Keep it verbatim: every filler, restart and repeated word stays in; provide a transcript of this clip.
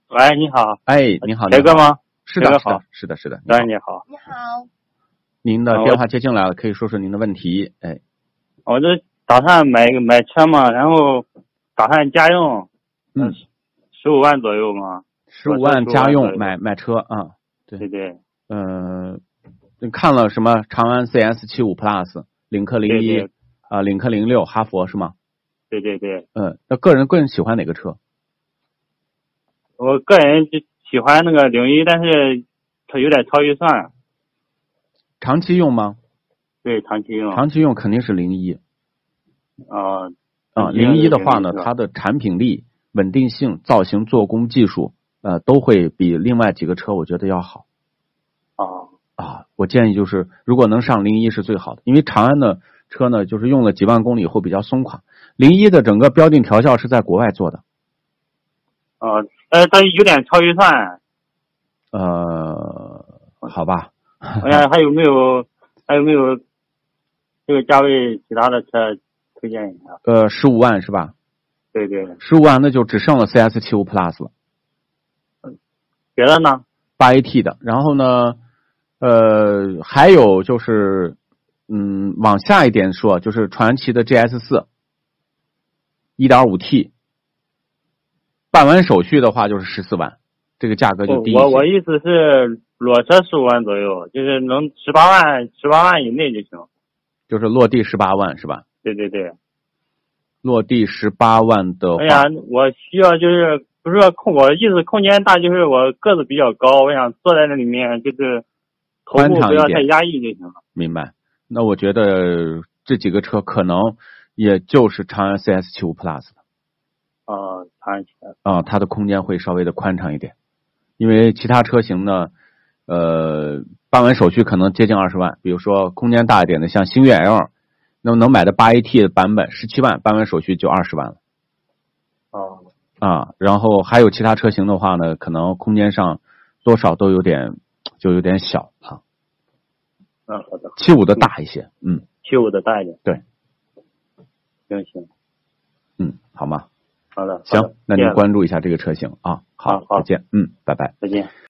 喂，你好。 哎，你好， 铁哥吗？ 是的， 铁哥好。 是的，是的，是的。 喂，你好。 你好。 您的电话接进来了，可以说说您的问题。哎， 我这打算买个买车嘛，然后打算家用， 嗯， 十五万左右嘛。 十五万家用买买车啊？对对对。 嗯，你看了什么？长安 C S 七五 Plus、领克零一啊，领克零六、哈弗是吗？ 对对对。 嗯，那个人个人喜欢哪个车？ 我个人就喜欢那个零一，但是它有点超预算。 长期用吗？ 对，长期用。 长期用肯定是零一。 啊啊，零一的话呢，它的产品力、稳定性、造型、做工、技术，呃，都会比另外几个车我觉得要好。 啊啊，我建议就是，如果能上零一是最好的，因为长安的车呢，就是用了几万公里后比较松垮，零一的整个标定调教是在国外做的。 啊，呃，它有点超预算。 呃，好吧。 哎呀，还有没有还有没有这个价位其他的车推荐一下？ 呃，十五万是吧？ 对对。 十五万那就只剩了 C S 七五 Plus 了。 别的呢？ 八 A T 的，然后呢，呃，还有就是，嗯，往下一点说，就是传祺的 G S 四，一点五 T， 办完手续的话就是十四万，这个价格就低一些。 我我意思是裸车十五万左右，就是能十八万十八万以内就行。 就是落地十八万是吧？ 对对对。 落地十八万的话， 哎呀，我需要就是不是说空，我意思空间大，就是我个子比较高，我想坐在那里面就是头部不要太压抑就行了。 明白。那我觉得这几个车可能也就是长安 C S 七五 Plus 的。 哦，长安啊，它的空间会稍微的宽敞一点，因为其他车型呢，呃，办完手续可能接近二十万，比如说空间大一点的，像星越 L， 那么能买的八 A T 的版本十七万，办完手续就二十万了。 哦。 啊，然后还有其他车型的话呢，可能空间上多少都有点，就有点小啊。 嗯，好的。 七五的大一些，嗯。 七五的大一点。 对。 行行。 嗯，好吗？ 好的。 行，那您关注一下这个车型啊。 好， 再见。嗯，拜拜。 再见。